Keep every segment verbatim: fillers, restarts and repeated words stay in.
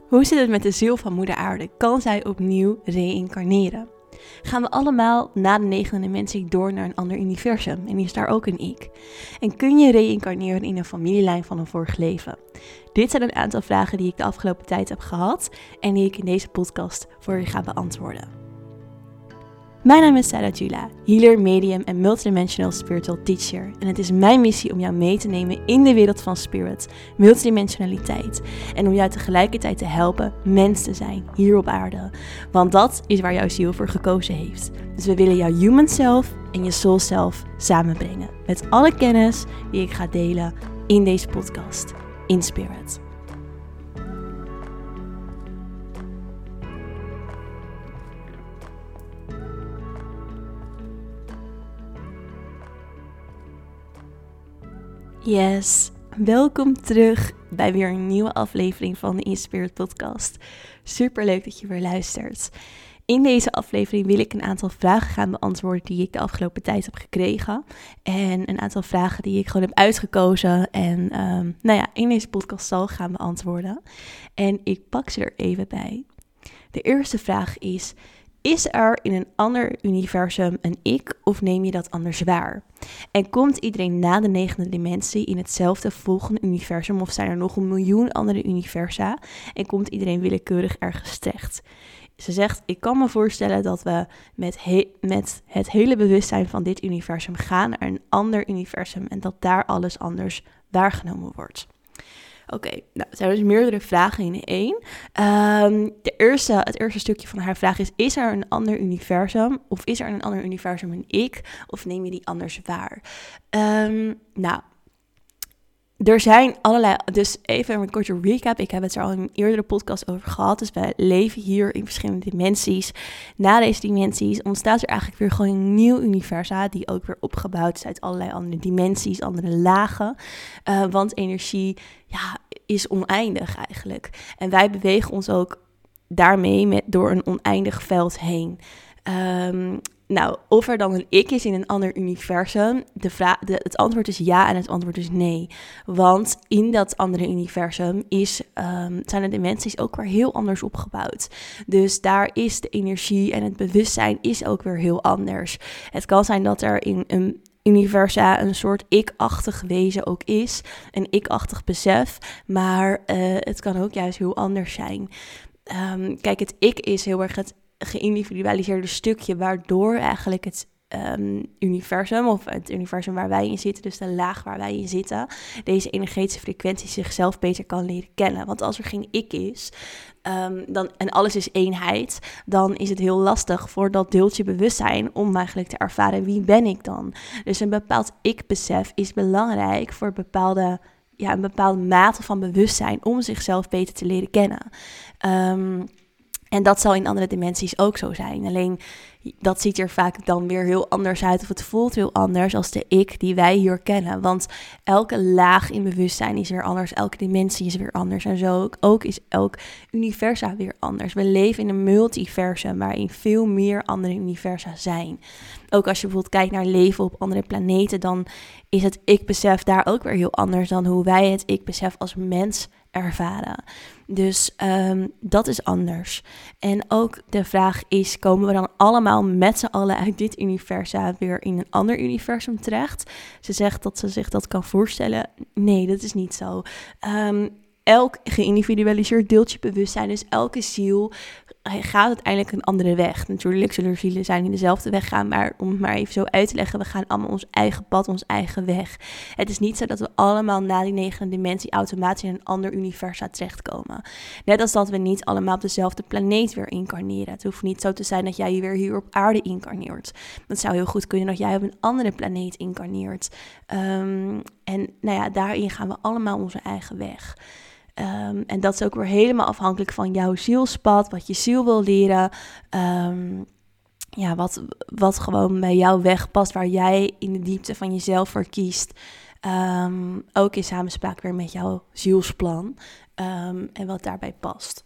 Hoe zit het met de ziel van moeder aarde? Kan zij opnieuw reïncarneren? Gaan we allemaal na de negende dimensie door naar een ander universum? En is daar ook een ik? En kun je reïncarneren in een familielijn van een vorig leven? Dit zijn een aantal vragen die ik de afgelopen tijd heb gehad en die ik in deze podcast voor je ga beantwoorden. Mijn naam is Sarah Jula, healer, medium en multidimensional spiritual teacher. En het is mijn missie om jou mee te nemen in de wereld van spirit, multidimensionaliteit. En om jou tegelijkertijd te helpen mens te zijn hier op aarde. Want dat is waar jouw ziel voor gekozen heeft. Dus we willen jouw human self en je soul self samenbrengen. Met alle kennis die ik ga delen in deze podcast, in spirit. Yes, welkom terug bij weer een nieuwe aflevering van de Inspirit podcast. Super leuk dat je weer luistert. In deze aflevering wil ik een aantal vragen gaan beantwoorden die ik de afgelopen tijd heb gekregen. En een aantal vragen die ik gewoon heb uitgekozen en um, nou ja, in deze podcast zal gaan beantwoorden. En ik pak ze er even bij. De eerste vraag is: is er in een ander universum een ik of neem je dat anders waar? En komt iedereen na de negende dimensie in hetzelfde volgende universum of zijn er nog een miljoen andere universa en komt iedereen willekeurig ergens terecht? Ze zegt, ik kan me voorstellen dat we met, he- met het hele bewustzijn van dit universum gaan naar een ander universum en dat daar alles anders waargenomen wordt. Oké, okay, nou, er zijn dus meerdere vragen in één. Um, de eerste, het eerste stukje van haar vraag is, is er een ander universum? Of is er in een ander universum een ik? Of neem je die anders waar? Um, nou, er zijn allerlei, dus even een korte recap. Ik heb het er al in een eerdere podcast over gehad. Dus we leven hier in verschillende dimensies. Na deze dimensies ontstaat er eigenlijk weer gewoon een nieuw universa die ook weer opgebouwd is uit allerlei andere dimensies, andere lagen. Uh, want energie, ja, is oneindig eigenlijk. En wij bewegen ons ook daarmee met, door een oneindig veld heen. Um, Nou, of er dan een ik is in een ander universum, de vraag, de, het antwoord is ja en het antwoord is nee. Want in dat andere universum is, um, zijn de dimensies ook weer heel anders opgebouwd. Dus daar is de energie en het bewustzijn is ook weer heel anders. Het kan zijn dat er in een universa een soort ik-achtig wezen ook is, een ik-achtig besef, maar uh, het kan ook juist heel anders zijn. Um, kijk, het ik is heel erg het geïndividualiseerde stukje waardoor eigenlijk het um, universum of het universum waar wij in zitten, dus de laag waar wij in zitten, deze energetische frequentie zichzelf beter kan leren kennen. Want als er geen ik is um, dan, en alles is eenheid, dan is het heel lastig voor dat deeltje bewustzijn om eigenlijk te ervaren wie ben ik dan. Dus een bepaald ik-besef is belangrijk voor bepaalde, ja, een bepaalde mate van bewustzijn om zichzelf beter te leren kennen. Um, En dat zal in andere dimensies ook zo zijn. Alleen dat ziet er vaak dan weer heel anders uit of het voelt heel anders als de ik die wij hier kennen. Want elke laag in bewustzijn is weer anders, elke dimensie is weer anders. En zo ook, ook is elk universa weer anders. We leven in een multiversum waarin veel meer andere universa zijn. Ook als je bijvoorbeeld kijkt naar leven op andere planeten, dan is het ik-besef daar ook weer heel anders dan hoe wij het ik-besef als mens ervaren. Dus um, dat is anders. En ook de vraag is, komen we dan allemaal met z'n allen uit dit universum weer in een ander universum terecht? Ze zegt dat ze zich dat kan voorstellen. Nee, dat is niet zo. Um, elk geïndividualiseerd deeltje bewustzijn, dus elke ziel gaat uiteindelijk een andere weg. Natuurlijk zullen er zielen zijn die dezelfde weg gaan, maar om het maar even zo uit te leggen, we gaan allemaal ons eigen pad, ons eigen weg. Het is niet zo dat we allemaal na die negende dimensie automatisch in een ander universum terechtkomen. Net als dat we niet allemaal op dezelfde planeet weer incarneren. Het hoeft niet zo te zijn dat jij weer hier op aarde incarneert. Het zou heel goed kunnen dat jij op een andere planeet incarneert. Um, en nou ja, daarin gaan we allemaal onze eigen weg. Um, en dat is ook weer helemaal afhankelijk van jouw zielspad, wat je ziel wil leren. Um, ja, wat, wat gewoon bij jouw weg past, waar jij in de diepte van jezelf voor kiest. Um, ook in samenspraak weer met jouw zielsplan um, en wat daarbij past.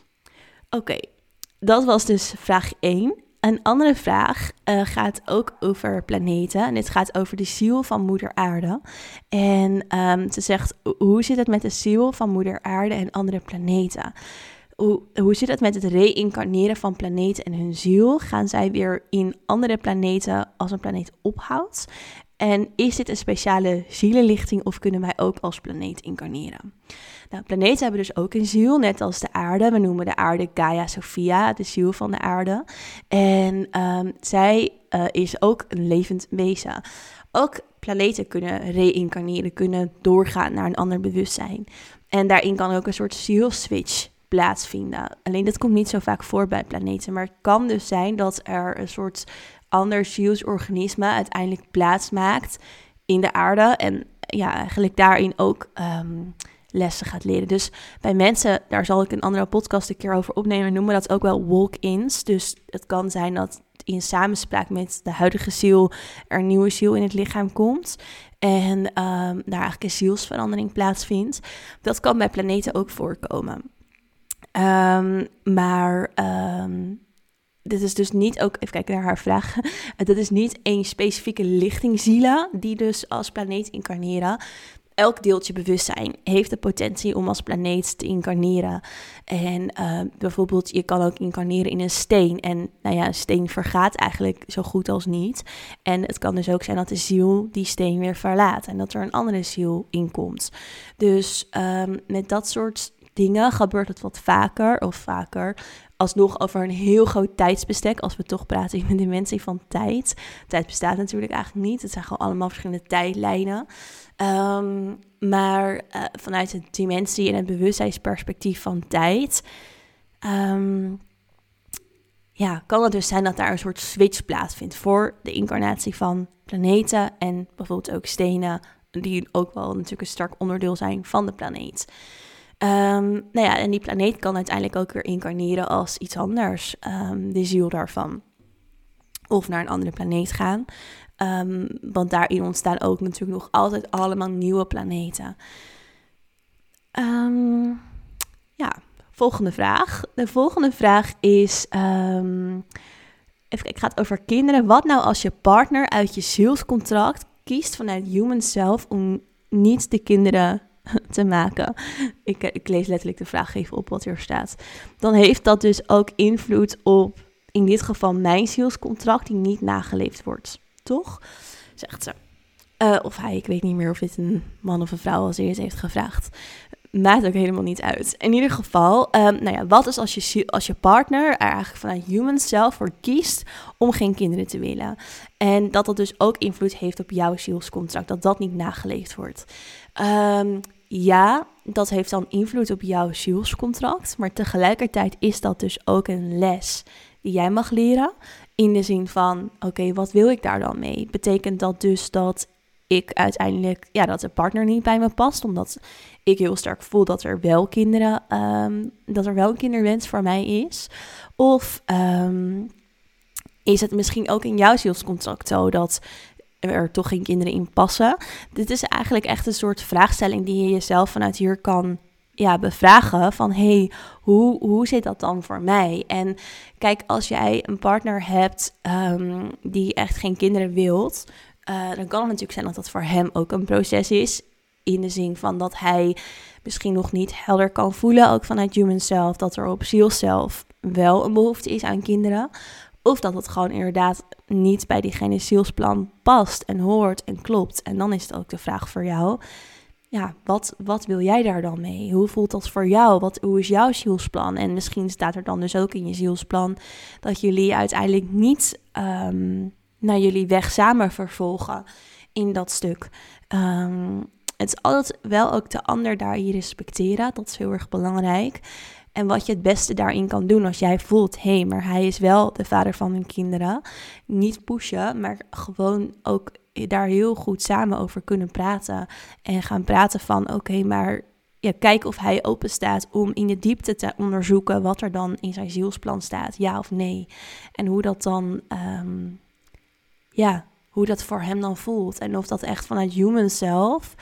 Oké, okay, dat was dus vraag één. Een andere vraag uh, gaat ook over planeten. En dit gaat over de ziel van moeder aarde. En um, ze zegt, hoe zit het met de ziel van moeder aarde en andere planeten? hoe, hoe zit het met het reïncarneren van planeten en hun ziel? Gaan zij weer in andere planeten als een planeet ophoudt? En is dit een speciale zielenlichting of kunnen wij ook als planeet incarneren? Nou, planeten hebben dus ook een ziel, net als de aarde. We noemen de aarde Gaia Sophia, de ziel van de aarde. En um, zij uh, is ook een levend wezen. Ook planeten kunnen reïncarneren, kunnen doorgaan naar een ander bewustzijn. En daarin kan ook een soort zielswitch plaatsvinden. Alleen dat komt niet zo vaak voor bij planeten. Maar het kan dus zijn dat er een soort ander zielsorganisme uiteindelijk plaatsmaakt in de aarde. En ja, eigenlijk daarin ook um, lessen gaat leren. Dus bij mensen, daar zal ik een andere podcast een keer over opnemen, noemen we dat ook wel walk-ins. Dus het kan zijn dat in samenspraak met de huidige ziel er een nieuwe ziel in het lichaam komt. En um, daar eigenlijk een zielsverandering plaatsvindt. Dat kan bij planeten ook voorkomen. Um, maar um, dit is dus niet ook, even kijken naar haar vraag. Dat is niet één specifieke lichting zielen die dus als planeet incarneren. Elk deeltje bewustzijn heeft de potentie om als planeet te incarneren. En uh, bijvoorbeeld, je kan ook incarneren in een steen. En nou ja, een steen vergaat eigenlijk zo goed als niet. En het kan dus ook zijn dat de ziel die steen weer verlaat. En dat er een andere ziel inkomt. Dus um, met dat soort dingen gebeurt het wat vaker of vaker. Alsnog over een heel groot tijdsbestek, als we toch praten in de dimensie van tijd. Tijd bestaat natuurlijk eigenlijk niet. Het zijn gewoon allemaal verschillende tijdlijnen. Um, maar uh, vanuit de dimensie en het bewustzijnsperspectief van tijd, Um, ja, kan het dus zijn dat daar een soort switch plaatsvindt voor de incarnatie van planeten en bijvoorbeeld ook stenen, die ook wel natuurlijk een sterk onderdeel zijn van de planeet. Um, nou ja, en die planeet kan uiteindelijk ook weer incarneren als iets anders, um, de ziel daarvan. Of naar een andere planeet gaan. Um, want daarin ontstaan ook natuurlijk nog altijd allemaal nieuwe planeten. Um, ja, volgende vraag. De volgende vraag is, um, even kijken, het gaat over kinderen. Wat nou als je partner uit je zielscontract kiest vanuit human self om niet de kinderen te maken? Ik, ik lees letterlijk de vraag even op wat hier staat. Dan heeft dat dus ook invloed op, in dit geval, mijn zielscontract die niet nageleefd wordt. Toch? Zegt ze. Uh, of hij, ik weet niet meer of dit een man of een vrouw als eerst heeft gevraagd. Maakt ook helemaal niet uit. In ieder geval, um, nou ja, wat is als je, als je partner er eigenlijk vanuit human self voor kiest om geen kinderen te willen? En dat dat dus ook invloed heeft op jouw zielscontract, dat dat niet nageleefd wordt. Um, ja, dat heeft dan invloed op jouw zielscontract, maar tegelijkertijd is dat dus ook een les die jij mag leren. In de zin van, oké, okay, wat wil ik daar dan mee? Betekent dat dus dat ik uiteindelijk, ja, dat de partner niet bij me past, omdat ik heel sterk voel dat er wel kinderen, um, dat er wel een kinderwens voor mij is? Of um, is het misschien ook in jouw zielscontract zo dat er toch geen kinderen in passen? Dit is eigenlijk echt een soort vraagstelling die je jezelf vanuit hier kan ja, bevragen van, hey, hoe, hoe zit dat dan voor mij? En kijk, als jij een partner hebt um, die echt geen kinderen wilt, uh, dan kan het natuurlijk zijn dat dat voor hem ook een proces is, in de zin van dat hij misschien nog niet helder kan voelen, ook vanuit human self, dat er op ziel zelf wel een behoefte is aan kinderen, of dat het gewoon inderdaad niet bij diegene zielsplan past en hoort en klopt. En dan is het ook de vraag voor jou, ja, wat, wat wil jij daar dan mee? Hoe voelt dat voor jou? Wat, hoe is jouw zielsplan? En misschien staat er dan dus ook in je zielsplan dat jullie uiteindelijk niet um, naar jullie weg samen vervolgen in dat stuk. Um, het is altijd wel ook de ander daarin respecteren. Dat is heel erg belangrijk. En wat je het beste daarin kan doen als jij voelt, hé, hey, maar hij is wel de vader van hun kinderen. Niet pushen, maar gewoon ook daar heel goed samen over kunnen praten. En gaan praten van, oké, okay, maar ja, kijk of hij open staat om in de diepte te onderzoeken wat er dan in zijn zielsplan staat, ja of nee. En hoe dat dan, um, ja, hoe dat voor hem dan voelt. En of dat echt vanuit human self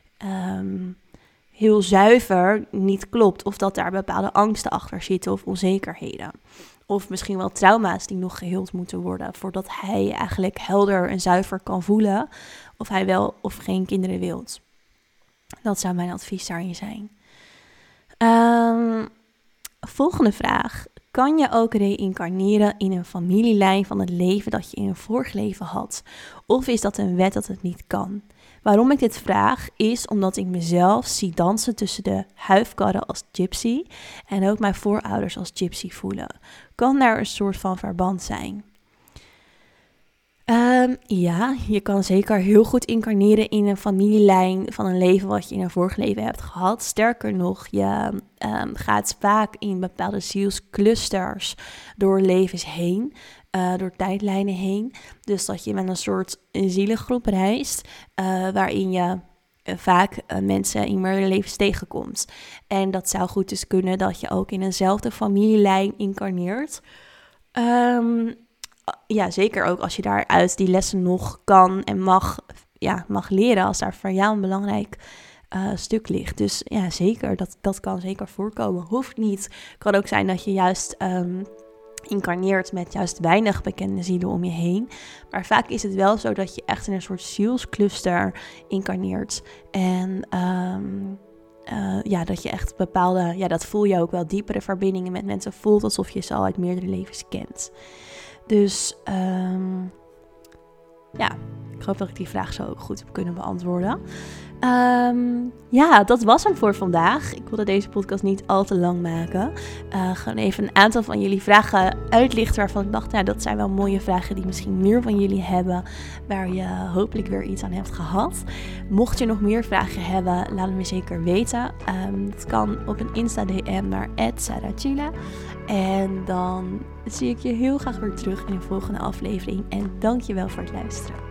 um, heel zuiver niet klopt. Of dat daar bepaalde angsten achter zitten of onzekerheden. Of misschien wel trauma's die nog geheeld moeten worden, voordat hij eigenlijk helder en zuiver kan voelen of hij wel of geen kinderen wilt. Dat zou mijn advies daarin zijn. Um, volgende vraag. Kan je ook reïncarneren in een familielijn van het leven dat je in een vorig leven had? Of is dat een wet dat het niet kan? Waarom ik dit vraag is omdat ik mezelf zie dansen tussen de huifkarren als gypsy en ook mijn voorouders als gypsy voelen. Kan daar een soort van verband zijn? Um, ja, je kan zeker heel goed incarneren in een familielijn van een leven wat je in een vorig leven hebt gehad. Sterker nog, je um, gaat vaak in bepaalde zielsclusters door levens heen, uh, door tijdlijnen heen. Dus dat je met een soort zielengroep reist, uh, waarin je uh, vaak uh, mensen in meerdere levens tegenkomt. En dat zou goed dus kunnen dat je ook in eenzelfde familielijn incarneert. Um, Ja, zeker ook als je daaruit die lessen nog kan en mag, ja, mag leren, als daar voor jou een belangrijk uh, stuk ligt. Dus ja, zeker, dat, dat kan zeker voorkomen. Hoeft niet. Kan ook zijn dat je juist um, incarneert met juist weinig bekende zielen om je heen. Maar vaak is het wel zo dat je echt in een soort zielscluster incarneert. En um, uh, ja, dat je echt bepaalde, ja, dat voel je ook wel, diepere verbindingen met mensen voelt, alsof je ze al uit meerdere levens kent. Dus um, ja, ik hoop dat ik die vraag zo ook goed heb kunnen beantwoorden. Um, ja, dat was hem voor vandaag. Ik wilde deze podcast niet al te lang maken. Uh, gewoon even een aantal van jullie vragen uitlichten waarvan ik dacht, nou, dat zijn wel mooie vragen die misschien meer van jullie hebben, waar je hopelijk weer iets aan hebt gehad. Mocht je nog meer vragen hebben, laat het me zeker weten. Um, dat kan op een Insta D M naar at sarachila. En dan zie ik je heel graag weer terug in een volgende aflevering. En dankjewel voor het luisteren.